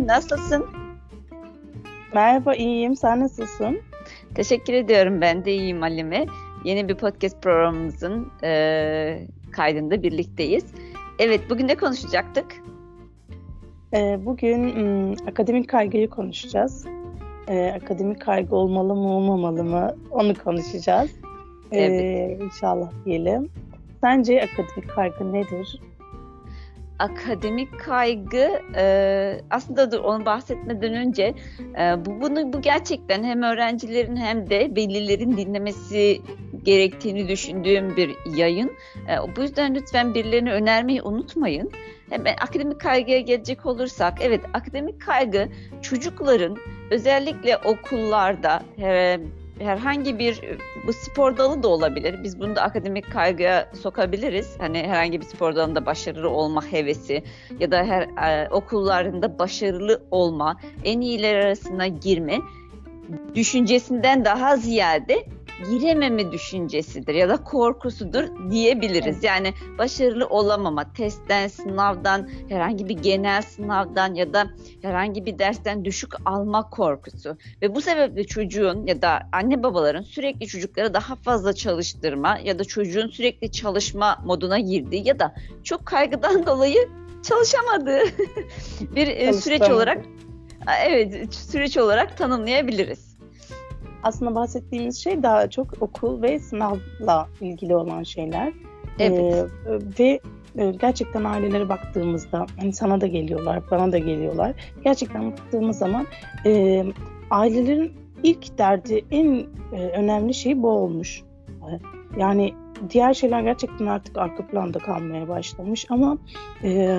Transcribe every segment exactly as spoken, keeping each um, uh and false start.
Selin, nasılsın? Merhaba, iyiyim. Sen nasılsın? Teşekkür ediyorum. Ben de iyiyim Halime. Yeni bir podcast programımızın e, kaydında birlikteyiz. Evet, bugün ne konuşacaktık? Ee, bugün m, akademik kaygıyı konuşacağız. Ee, akademik kaygı olmalı mı, olmamalı mı? Onu konuşacağız. Ee, Evet. inşallah diyelim. Sence akademik kaygı nedir? Akademik kaygı e, aslında dur onu bahsetmeden önce e, bu bunu bu gerçekten hem öğrencilerin hem de velilerin dinlemesi gerektiğini düşündüğüm bir yayın. E, bu yüzden lütfen birilerini önermeyi unutmayın. Hemen akademik kaygıya gelecek olursak, evet, akademik kaygı çocukların özellikle okullarda e, herhangi bir, bu spor dalı da olabilir. Biz bunu da akademik kaygıya sokabiliriz. Hani herhangi bir spor dalında başarılı olma hevesi ya da her e, okullarında başarılı olma, en iyiler arasına girme düşüncesinden daha ziyade girememe düşüncesidir ya da korkusudur diyebiliriz. Evet. Yani başarılı olamama, testten, sınavdan, herhangi bir genel sınavdan ya da herhangi bir dersten düşük alma korkusu ve bu sebeple çocuğun ya da anne babaların sürekli çocukları daha fazla çalıştırma ya da çocuğun sürekli çalışma moduna girdiği ya da çok kaygıdan dolayı çalışamadığı bir e, süreç olarak, evet, süreç olarak tanımlayabiliriz. Aslında bahsettiğimiz şey daha çok okul ve sınavla ilgili olan şeyler. Evet. Ee, ve e, gerçekten ailelere baktığımızda, hani sana da geliyorlar, bana da geliyorlar. Gerçekten baktığımız zaman e, ailelerin ilk derdi, en e, önemli şey bu olmuş. Yani diğer şeyler gerçekten artık arka planda kalmaya başlamış ama e,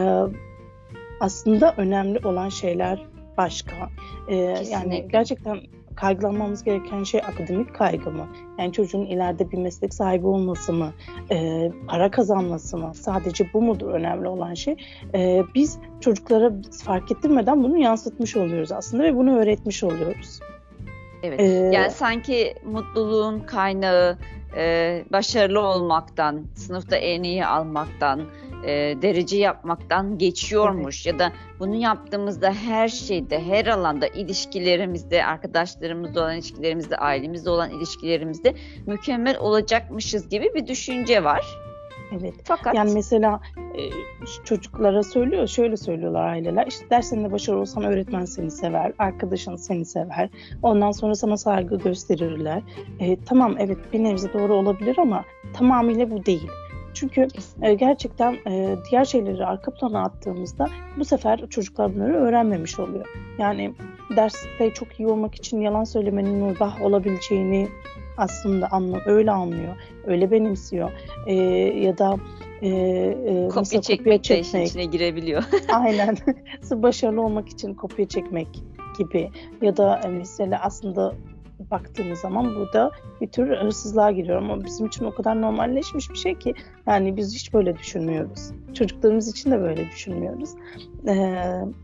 aslında önemli olan şeyler başka. E, yani gerçekten kaygılanmamız gereken şey akademik kaygı mı? Yani çocuğun ileride bir meslek sahibi olması mı? E, para kazanması mı? Sadece bu mudur önemli olan şey? E, biz çocuklara fark ettirmeden bunu yansıtmış oluyoruz aslında ve bunu öğretmiş oluyoruz. Evet. Ee, Yani sanki mutluluğun kaynağı e, başarılı olmaktan, sınıfta en iyi almaktan, e, derece yapmaktan geçiyormuş. Evet. Ya da bunu yaptığımızda her şeyde, her alanda, ilişkilerimizde, arkadaşlarımızla olan ilişkilerimizde, ailemizle olan ilişkilerimizde mükemmel olacakmışız gibi bir düşünce var. Evet. Fakat yani mesela e, çocuklara söylüyor, şöyle söylüyorlar aileler. İşte dersinde başarılı olsan öğretmen seni sever, arkadaşın seni sever. Ondan sonra sana saygı gösterirler. E, tamam, evet, bir nebze doğru olabilir ama tamamıyla bu değil. Çünkü e, gerçekten e, diğer şeyleri arka plana attığımızda bu sefer çocuklar bunları öğrenmemiş oluyor. Yani derste çok iyi olmak için yalan söylemenin mübah olabileceğini aslında anla, öyle anlıyor, öyle benimsiyor. Ee, ya da e, e, kopya çekmek de işin içine girebiliyor. Aynen. Başarılı olmak için kopya çekmek gibi. Ya da mesela aslında baktığımız zaman bu da bir tür hırsızlığa giriyor ama bizim için o kadar normalleşmiş bir şey ki yani biz hiç böyle düşünmüyoruz. Çocuklarımız için de böyle düşünmüyoruz. Ee,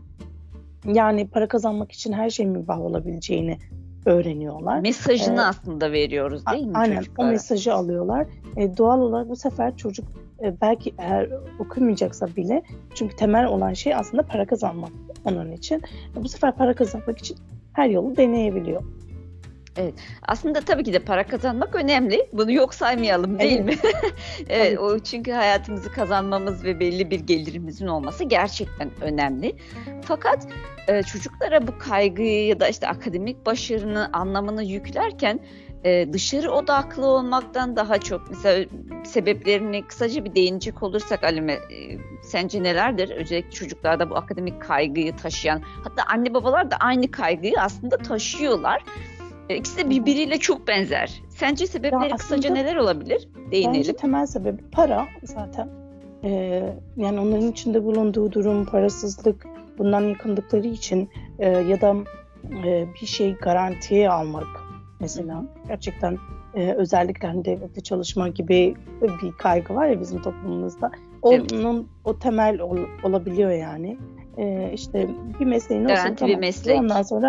yani para kazanmak için her şeyin mübah olabileceğini öğreniyorlar. Mesajını ee, aslında veriyoruz değil mi aynen, çocuklara? O mesajı alıyorlar. E, doğal olarak bu sefer çocuk e, belki eğer okumayacaksa bile, çünkü temel olan şey aslında para kazanmak onun için. E, bu sefer para kazanmak için her yolu deneyebiliyor. Evet. Aslında tabii ki de para kazanmak önemli. Bunu yok saymayalım değil evet. mi? Evet, evet. O çünkü hayatımızı kazanmamız ve belli bir gelirimizin olması gerçekten önemli. Fakat e, çocuklara bu kaygıyı ya da işte akademik başarının anlamını yüklerken e, dışarı odaklı olmaktan daha çok, mesela sebeplerini kısaca bir değinecek olursak Halime, e, sence nelerdir? Özellikle çocuklarda bu akademik kaygıyı taşıyan, hatta anne babalar da aynı kaygıyı aslında taşıyorlar. İkisi de birbiriyle çok benzer. Sence sebepleri ya kısaca neler olabilir? Değinelim. Bence temel sebebi para zaten. Ee, yani onların içinde bulunduğu durum, parasızlık, bundan yakındıkları için e, ya da e, bir şey garantiye almak mesela. Hı. Gerçekten e, özellikle hani devlette çalışma gibi bir kaygı var ya bizim toplumumuzda. Onun evet. o temel ol, olabiliyor yani. E, işte bir mesleğin olsun, garanti tamam. bir meslek. Ondan sonra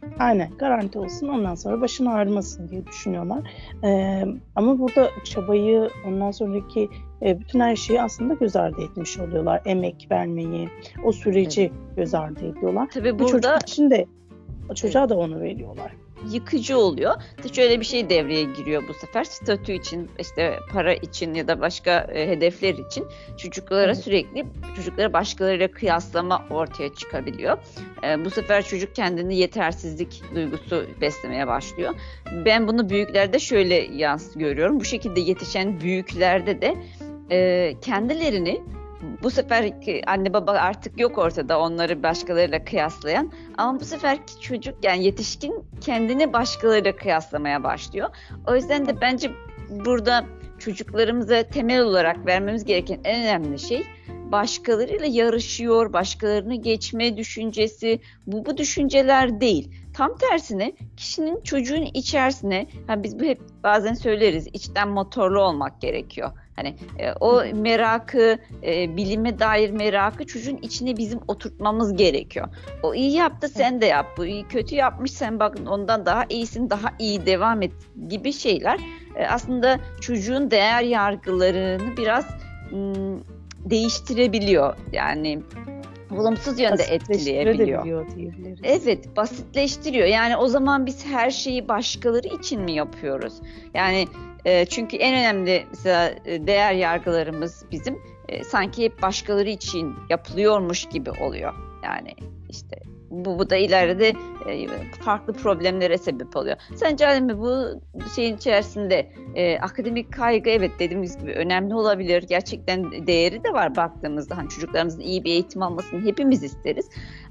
Aynen, garanti olsun, ondan sonra başın ağrımasın diye düşünüyorlar. Ee, ama burada çabayı, ondan sonraki e, bütün her şeyi aslında göz ardı etmiş oluyorlar. Emek vermeyi, o süreci evet. göz ardı ediyorlar. Tabii Bu burada çocuk için de o çocuğa evet. da onu veriyorlar. Yıkıcı oluyor. Şöyle bir şey devreye giriyor bu sefer. Statü için, işte para için ya da başka e, hedefler için çocuklara evet. sürekli çocuklara başkalarıyla kıyaslama ortaya çıkabiliyor. E, bu sefer çocuk kendini yetersizlik duygusu beslemeye başlıyor. Ben bunu büyüklerde şöyle yans görüyorum. Bu şekilde yetişen büyüklerde de e, kendilerini bu sefer anne baba artık yok ortada, onları başkalarıyla kıyaslayan, ama bu seferki çocuk, yani yetişkin, kendini başkalarıyla kıyaslamaya başlıyor. O yüzden de bence burada çocuklarımıza temel olarak vermemiz gereken en önemli şey, başkalarıyla yarışıyor, başkalarını geçme düşüncesi. Bu bu düşünceler değil. Tam tersine kişinin, çocuğun içerisine, ha biz bu hep bazen söyleriz, içten motorlu olmak gerekiyor. Hani e, o merakı, e, bilime dair merakı çocuğun içine bizim oturtmamız gerekiyor. O iyi yaptı, sen de yap. Bu iyi, kötü yapmış, sen bakın ondan daha iyisin, daha iyi devam et gibi şeyler. E, aslında çocuğun değer yargılarını biraz m, değiştirebiliyor. Yani olumsuz yönde etkileyebiliyor. Evet, basitleştiriyor. Yani o zaman biz her şeyi başkaları için mi yapıyoruz? Yani e, çünkü en önemli mesela değer yargılarımız bizim e, sanki hep başkaları için yapılıyormuş gibi oluyor. Yani işte bu, bu da ileride e, farklı problemlere sebep oluyor. Sence Alemi, bu şeyin içerisinde e, akademik kaygı, evet dediğimiz gibi önemli olabilir. Gerçekten değeri de var baktığımızda. Hani çocuklarımızın iyi bir eğitim almasını hepimiz isteriz.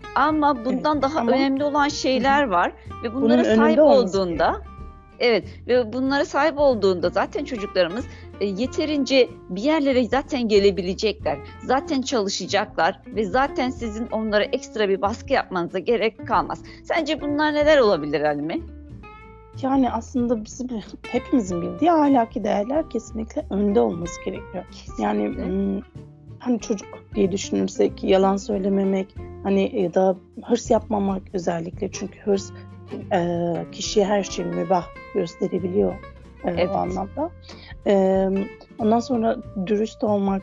Ama bundan evet, daha ama önemli olan şeyler var ve bunlara sahip olduğunda, evet ve bunlara sahip olduğunda zaten çocuklarımız e, yeterince bir yerlere zaten gelebilecekler. Zaten çalışacaklar ve zaten sizin onlara ekstra bir baskı yapmanıza gerek kalmaz. Sence bunlar neler olabilir Halime? Yani aslında bizim hepimizin bildiği ahlaki değerler kesinlikle önde olması gerekiyor. Kesinlikle. Yani hani çocuk diye düşünürsek yalan söylememek, hani ya da hırs yapmamak özellikle, çünkü hırs e, kişiye her şey mübah gösterebiliyor e, evet. o anlamda. E, ondan sonra dürüst olmak,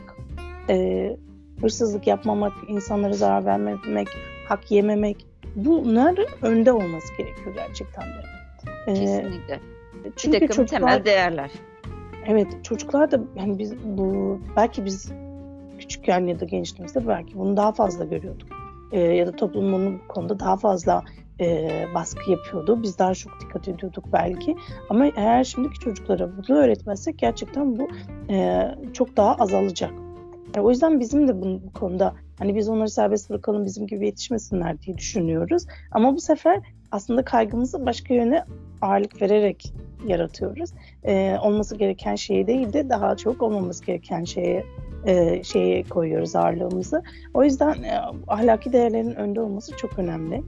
e, hırsızlık yapmamak, insanlara zarar vermemek, hak yememek, bunlar önde olması gerekiyor gerçekten de. E, Kesinlikle. Çünkü bir takım çocuklar, temel değerler. Evet, çocuklar da yani biz bu belki biz küçükken ya da gençliğimizde belki bunu daha fazla görüyorduk. E, ya da toplum bunu bu konuda daha fazla e, baskı yapıyordu. Biz daha çok dikkat ediyorduk belki. Ama eğer şimdiki çocuklara bunu öğretmezsek gerçekten bu e, çok daha azalacak. E, o yüzden bizim de bu, bu konuda hani biz onları serbest bırakalım, bizim gibi yetişmesinler diye düşünüyoruz. Ama bu sefer aslında kaygımızı başka yöne ağırlık vererek yaratıyoruz. E, olması gereken şey değil de daha çok olmaması gereken şeye e, şeye koyuyoruz ağırlığımızı. O yüzden e, ahlaki değerlerin önde olması çok önemli.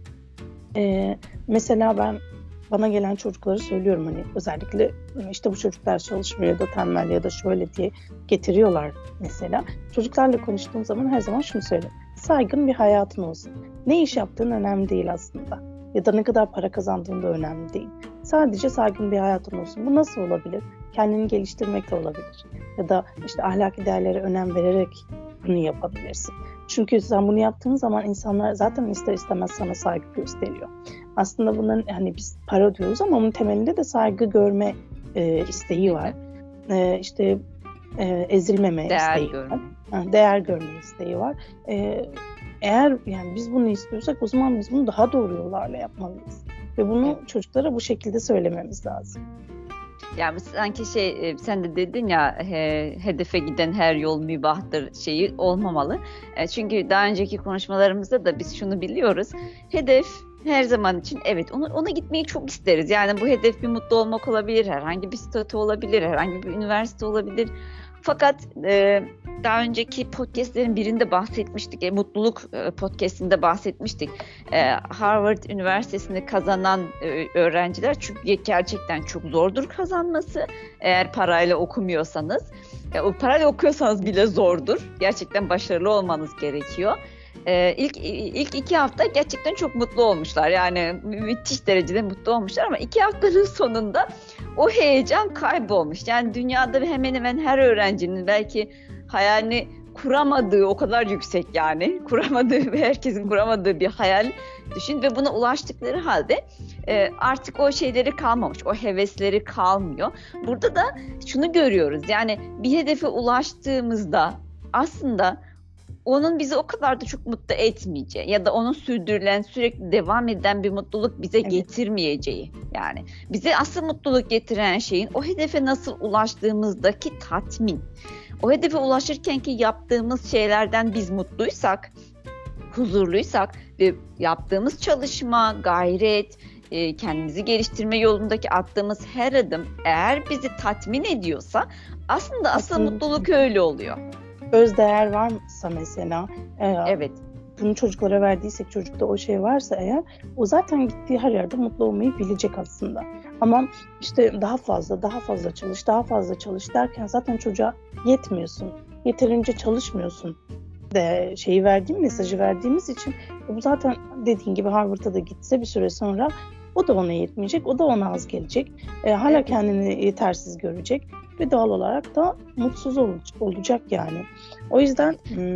E, mesela ben bana gelen çocukları söylüyorum, hani özellikle işte bu çocuklar çalışmıyor ya da tembel ya da şöyle diye getiriyorlar mesela. Çocuklarla konuştuğum zaman her zaman şunu söylüyorum: saygın bir hayatın olsun. Ne iş yaptığın önemli değil aslında. Ya da ne kadar para kazandığın da önemli değil. Sadece saygın bir hayatın olsun. Bu nasıl olabilir? Kendini geliştirmekle olabilir. Ya da işte ahlaki değerlere önem vererek bunu yapabilirsin. Çünkü sen bunu yaptığın zaman insanlar zaten ister istemez sana saygı gösteriyor. Aslında bunların, hani biz para diyoruz ama onun temelinde de saygı görme e, isteği var. E, işte e, ezilmeme değer isteği görme. var. Ha, değer görme isteği var. E, eğer yani biz bunu istiyorsak o zaman biz bunu daha doğru yollarla yapmalıyız. Ve bunu çocuklara bu şekilde söylememiz lazım. Yani sanki şey, sen de dedin ya, he, hedefe giden her yol mübahtır şeyi olmamalı. E, çünkü daha önceki konuşmalarımızda da biz şunu biliyoruz. Hedef her zaman için, evet, onu, ona gitmeyi çok isteriz. Yani bu hedef bir mutlu olmak olabilir, herhangi bir statü olabilir, herhangi bir üniversite olabilir. Fakat e, daha önceki podcastlerin birinde bahsetmiştik, e, mutluluk e, podcastinde bahsetmiştik. E, Harvard Üniversitesi'ni kazanan e, öğrenciler, çünkü gerçekten çok zordur kazanması. Eğer parayla okumuyorsanız, e, o parayla okuyorsanız bile zordur. Gerçekten başarılı olmanız gerekiyor. Ee, ilk ilk iki hafta gerçekten çok mutlu olmuşlar. Yani müthiş derecede mutlu olmuşlar ama iki haftanın sonunda o heyecan kaybolmuş. Yani dünyada hemen hemen her öğrencinin belki hayalini kuramadığı o kadar yüksek yani. Kuramadığı ve herkesin kuramadığı bir hayal düşün ve buna ulaştıkları halde e, artık o şeyleri kalmamış. O hevesleri kalmıyor. Burada da şunu görüyoruz. Yani bir hedefe ulaştığımızda aslında onun bizi o kadar da çok mutlu etmeyeceği ya da onun sürdürülen, sürekli devam eden bir mutluluk bize evet. getirmeyeceği. Yani bize asıl mutluluk getiren şeyin o hedefe nasıl ulaştığımızdaki tatmin. O hedefe ulaşırkenki yaptığımız şeylerden biz mutluysak, huzurluysak ve yaptığımız çalışma, gayret, kendimizi geliştirme yolundaki attığımız her adım eğer bizi tatmin ediyorsa aslında asıl Aslında. mutluluk öyle oluyor. Özdeğer varsa mesela, e, evet. bunu çocuklara verdiysek, çocukta o şey varsa eğer, o zaten gittiği her yerde mutlu olmayı bilecek aslında. Ama işte daha fazla, daha fazla çalış, daha fazla çalış derken zaten çocuğa yetmiyorsun, yeterince çalışmıyorsun de şeyi verdiğim mesajı verdiğimiz için bu zaten dediğin gibi Harvard'a da gitse bir süre sonra o da ona yetmeyecek, o da ona az gelecek, e, hala evet. kendini yetersiz görecek ve doğal olarak da mutsuz olacak yani. O yüzden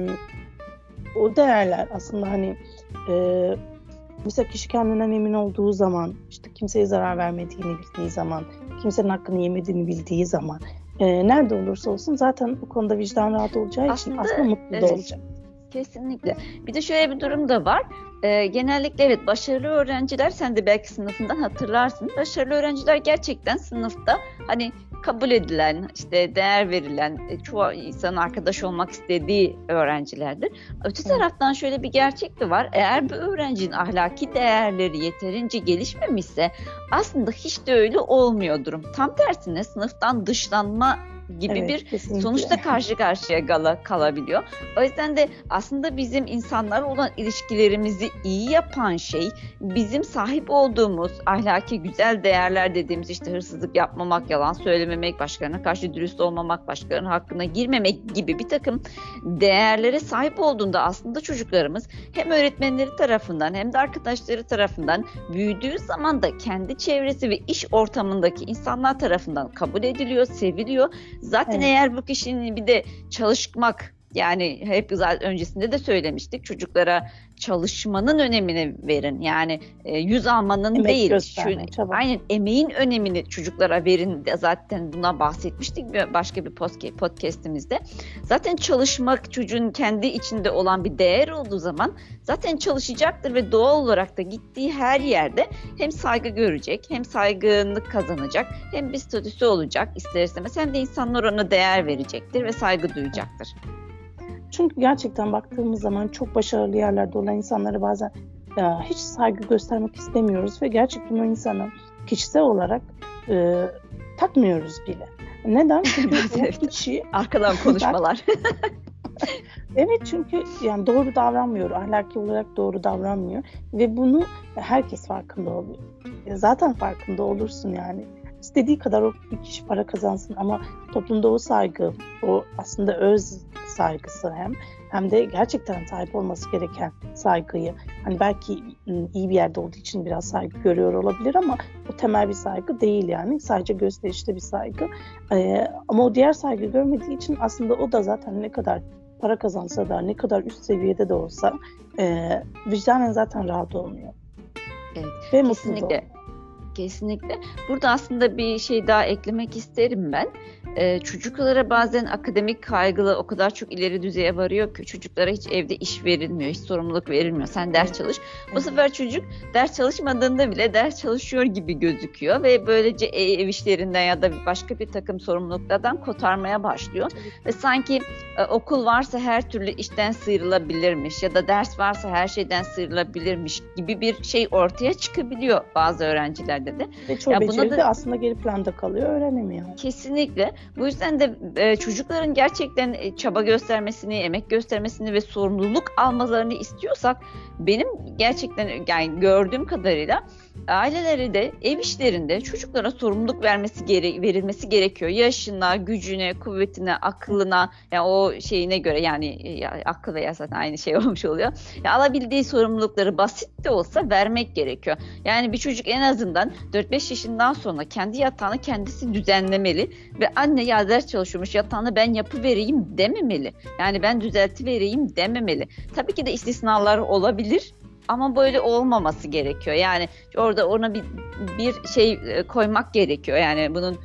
o değerler aslında hani e, mesela kişi kendinden emin olduğu zaman, işte kimseye zarar vermediğini bildiği zaman, kimsenin hakkını yemediğini bildiği zaman, e, nerede olursa olsun zaten bu konuda vicdan rahat olacağı aslında, için aslında mutlu evet. da olacak. Kesinlikle. Bir de şöyle bir durum da var. Ee, genellikle evet başarılı öğrenciler, sen de belki sınıfından hatırlarsın. Başarılı öğrenciler gerçekten sınıfta hani kabul edilen, işte değer verilen, çoğu insanın arkadaş olmak istediği öğrencilerdir. Öte taraftan şöyle bir gerçek de var. Eğer bir öğrencinin ahlaki değerleri yeterince gelişmemişse aslında hiç de öyle olmuyor durum. Tam tersine sınıftan dışlanma gibi evet, bir kesinlikle. sonuçta karşı karşıya kala, kalabiliyor. O yüzden de aslında bizim insanlarla olan ilişkilerimizi iyi yapan şey bizim sahip olduğumuz ahlaki güzel değerler dediğimiz işte hırsızlık yapmamak, yalan söylememek, başkalarına karşı dürüst olmamak, başkalarının hakkına girmemek gibi bir takım değerlere sahip olduğunda aslında çocuklarımız hem öğretmenleri tarafından hem de arkadaşları tarafından büyüdüğü zaman da kendi çevresi ve iş ortamındaki insanlar tarafından kabul ediliyor, seviliyor. Zaten evet. eğer bu kişinin bir de çalışmak, yani hep öncesinde de söylemiştik, çocuklara çalışmanın önemini verin. Yani e, yüz almanın Emek değil, şu, aynen emeğin önemini çocuklara verin de zaten buna bahsetmiştik başka bir podcastimizde. Zaten çalışmak çocuğun kendi içinde olan bir değer olduğu zaman zaten çalışacaktır ve doğal olarak da gittiği her yerde hem saygı görecek, hem saygınlık kazanacak, hem bir statüsü olacak ister istemez, hem de insanlar ona değer verecektir ve saygı duyacaktır. Çünkü gerçekten baktığımız zaman çok başarılı yerlerde olan insanlara bazen ya, hiç saygı göstermek istemiyoruz ve gerçekten o insanı kişisel olarak e, takmıyoruz bile. Neden? Çünkü o kişi... Arkadan konuşmalar. Evet, çünkü yani doğru davranmıyor, ahlaki olarak doğru davranmıyor ve bunu herkes farkında oluyor. Zaten farkında olursun yani. İstediği kadar o kişi para kazansın ama toplumda o saygı, o aslında öz saygısı hem hem de gerçekten sahip olması gereken saygıyı, hani belki iyi bir yerde olduğu için biraz saygı görüyor olabilir ama o temel bir saygı değil yani, sadece gösterişli bir saygı. Ee, ama o diğer saygı görmediği için aslında o da zaten ne kadar para kazansa da, ne kadar üst seviyede de olsa e, vicdanen zaten rahat olmuyor. Evet, ve kesinlikle. Kesinlikle. Burada aslında bir şey daha eklemek isterim ben. Ee, çocuklara bazen akademik kaygılı o kadar çok ileri düzeye varıyor ki çocuklara hiç evde iş verilmiyor, hiç sorumluluk verilmiyor. Sen ders çalış. Bu sefer çocuk ders çalışmadığında bile ders çalışıyor gibi gözüküyor ve böylece ev işlerinden ya da başka bir takım sorumluluklardan kotarmaya başlıyor. Ve sanki e, okul varsa her türlü işten sıyrılabilirmiş ya da ders varsa her şeyden sıyrılabilirmiş gibi bir şey ortaya çıkabiliyor bazı öğrencilerde de. Ve çoğu beceri de aslında geri planda kalıyor, öğrenemiyor. Kesinlikle. Bu yüzden de e, çocukların gerçekten e, çaba göstermesini, emek göstermesini ve sorumluluk almalarını istiyorsak benim gerçekten yani gördüğüm kadarıyla aileleri de ev işlerinde çocuklara sorumluluk vermesi gere- verilmesi gerekiyor. Yaşına, gücüne, kuvvetine, aklına, yani o şeyine göre, yani ya, akıl veya zaten aynı şey olmuş oluyor. Ya, alabildiği sorumlulukları basit de olsa vermek gerekiyor. Yani bir çocuk en azından dört beş yaşından sonra kendi yatağını kendisi düzenlemeli ve anne ya ders çalışıyormuş, yatağını ben yapıvereyim dememeli. Yani ben düzeltivereyim dememeli. Tabii ki de istisnalar olabilir. Ama böyle olmaması gerekiyor. Yani orada ona bir bir şey koymak gerekiyor. Yani bunun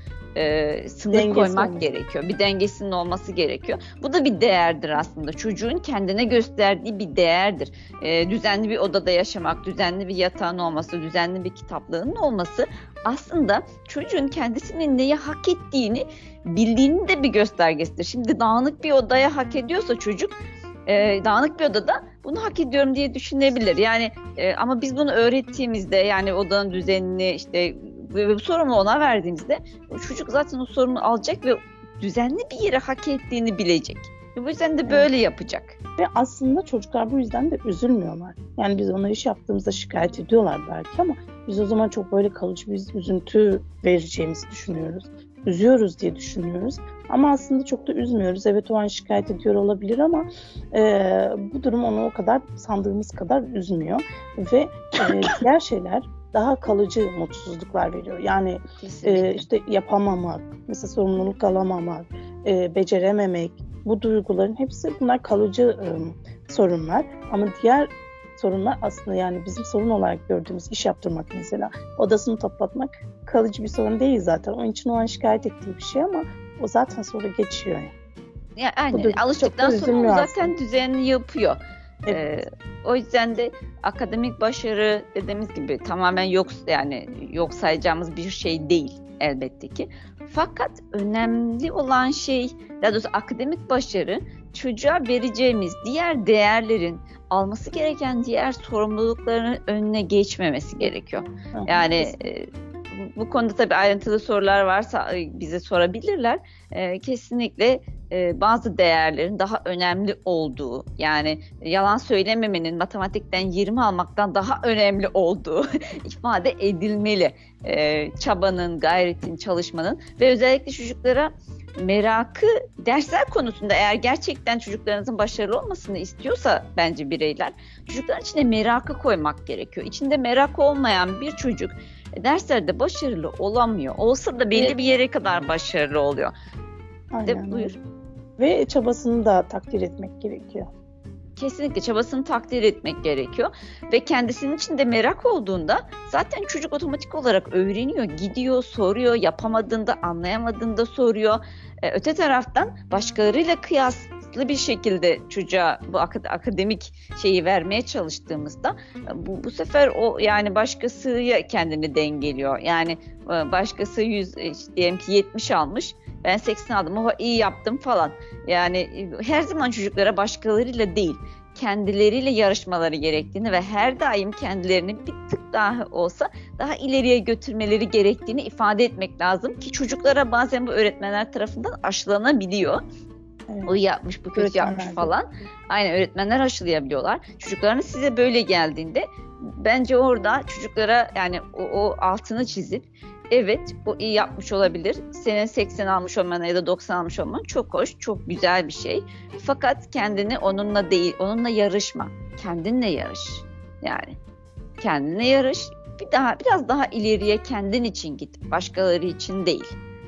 e, sınır Dengesi koymak olması. gerekiyor. Bir dengesinin olması gerekiyor. Bu da bir değerdir aslında. Çocuğun kendine gösterdiği bir değerdir. E, düzenli bir odada yaşamak, düzenli bir yatağın olması, düzenli bir kitaplığının olması aslında çocuğun kendisinin neyi hak ettiğini bildiğinin de bir göstergesidir. Şimdi dağınık bir odaya hak ediyorsa çocuk, E, dağınık bir odada bunu hak ediyorum diye düşünebilir. Yani e, ama biz bunu öğrettiğimizde, yani odanın düzenini işte ve bu sorumlu ona verdiğimizde o çocuk zaten o sorumluluğu alacak ve düzenli bir yere hak ettiğini bilecek. Ve bu yüzden de böyle yapacak. Ve aslında çocuklar bu yüzden de üzülmüyorlar. Yani biz ona iş yaptığımızda şikayet ediyorlar belki ama biz o zaman çok böyle kalıcı bir üzüntü vereceğimizi düşünüyoruz. Üzüyoruz diye düşünüyoruz. Ama aslında çok da üzmüyoruz. Evet, o an şikayet ediyor olabilir ama e, bu durum onu o kadar sandığımız kadar üzmüyor. Ve e, diğer şeyler daha kalıcı mutsuzluklar veriyor. Yani e, işte yapamamak, mesela sorumluluk alamamak, e, becerememek, bu duyguların hepsi bunlar kalıcı e, sorunlar. Ama diğer sorunlar aslında, yani bizim sorun olarak gördüğümüz iş yaptırmak mesela, odasını toplatmak kalıcı bir sorun değil zaten. Onun için o an şikayet ettiği bir şey ama o zaten sonra geçiyor. Yani. Ya, aynen. Alıştıktan sonra o zaten düzenli yapıyor. Evet. Ee, o yüzden de akademik başarı dediğimiz gibi tamamen yok, yani yok sayacağımız bir şey değil elbette ki. Fakat önemli olan şey, daha doğrusu akademik başarı çocuğa vereceğimiz diğer değerlerin, alması gereken diğer sorumlulukların önüne geçmemesi gerekiyor. Yani e, bu konuda tabii ayrıntılı sorular varsa bize sorabilirler. E, kesinlikle e, bazı değerlerin daha önemli olduğu, yani yalan söylememenin matematikten yirmi almaktan daha önemli olduğu ifade edilmeli. E, çabanın, gayretin, çalışmanın ve özellikle çocuklara merakı, dersler konusunda eğer gerçekten çocuklarınızın başarılı olmasını istiyorsa bence bireyler, çocukların içine merakı koymak gerekiyor. İçinde merak olmayan bir çocuk derslerde başarılı olamıyor. Olsa da belli evet. bir yere kadar başarılı oluyor. Aynen. De, buyur. Ve çabasını da takdir etmek gerekiyor. Kesinlikle çabasını takdir etmek gerekiyor. Ve kendisinin içinde merak olduğunda zaten çocuk otomatik olarak öğreniyor, gidiyor, soruyor, yapamadığında, anlayamadığında soruyor. Ee, öte taraftan başkalarıyla kıyaslı bir şekilde çocuğa bu akademik şeyi vermeye çalıştığımızda bu, bu sefer o, yani başkasıya kendini dengeliyor. Yani başkası yüz diyelim ki yetmiş almış. Ben seksen aldım ama iyi yaptım falan. Yani her zaman çocuklara başkalarıyla değil, kendileriyle yarışmaları gerektiğini ve her daim kendilerini bir tık daha olsa daha ileriye götürmeleri gerektiğini ifade etmek lazım ki çocuklara bazen bu öğretmenler tarafından aşılanabiliyor. Evet. O yapmış, bu kötü yapmış falan. Aynen, öğretmenler aşılayabiliyorlar. Çocukların size böyle geldiğinde bence orada çocuklara, yani o, o altını çizip evet, o iyi yapmış olabilir. Senin seksen almış olman ya da doksan almış olman çok hoş, çok güzel bir şey. Fakat kendini onunla değil, onunla yarışma. Kendinle yarış. Yani kendinle yarış. Bir daha biraz daha ileriye kendin için git. Başkaları için değil.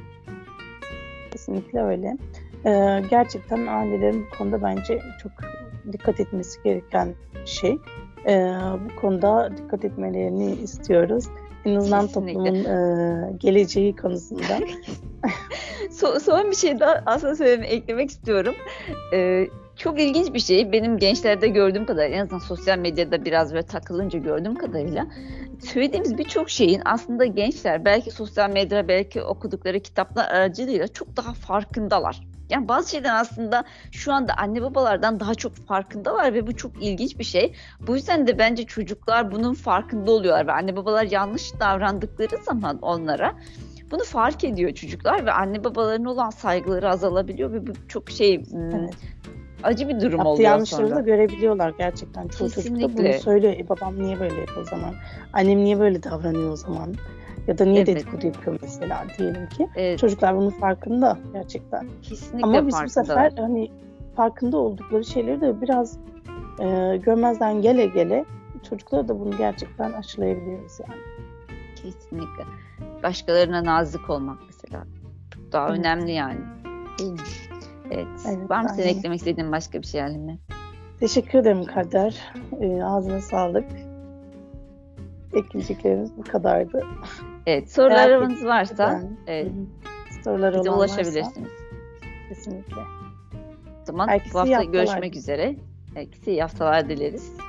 Kesinlikle öyle. Ee, gerçekten ailelerin bu konuda bence çok dikkat etmesi gereken bir şey. Ee, bu konuda dikkat etmelerini istiyoruz. En azından kesinlikle. Toplumun e, geleceği konusunda. son, son bir şey daha aslında söyleme, eklemek istiyorum. Ee, çok ilginç bir şey. Benim gençlerde gördüğüm kadarıyla, en azından sosyal medyada biraz böyle takılınca gördüğüm kadarıyla, söylediğimiz birçok şeyin aslında gençler belki sosyal medyada, belki okudukları kitaplar aracılığıyla çok daha farkındalar. Yani bazı şeyden aslında şu anda anne babalardan daha çok farkındalar ve bu çok ilginç bir şey. Bu yüzden de bence çocuklar bunun farkında oluyorlar ve anne babalar yanlış davrandıkları zaman onlara bunu fark ediyor çocuklar ve anne babalarına olan saygıları azalabiliyor ve bu çok şey, evet. acı bir durum Yaptığı oluyor yanlışları sonra. da görebiliyorlar gerçekten. Çoğu çocuk da Kesinlikle. bunu söylüyor. E, babam niye böyle yapıyor o zaman? Annem niye böyle davranıyor o zaman? Ya da niye Evet. dedikodu yapıyor mesela diyelim ki. Evet, Çocuklar bunun farkında gerçekten. kesinlikle Ama biz bu farkındalar. sefer hani farkında oldukları şeyleri de biraz e, görmezden gele gele çocuklara da bunu gerçekten aşılayabiliyoruz yani. Kesinlikle. Başkalarına nazik olmak mesela. Daha Evet. önemli yani. Değil mi? Evet. Evet, Var mı senin aynen. eklemek istediğin başka bir şey Halime? Teşekkür ederim Kader. E, ağzına sağlık. Ekleyeceklerimiz bu kadardı. Evet. Sorularınız varsa Ben, evet, soruları bize olan varsa ulaşabilirsiniz. kesinlikle. O zaman Herkese bu iyi hafta haftalar. görüşmek üzere. Herkese iyi haftalar dileriz.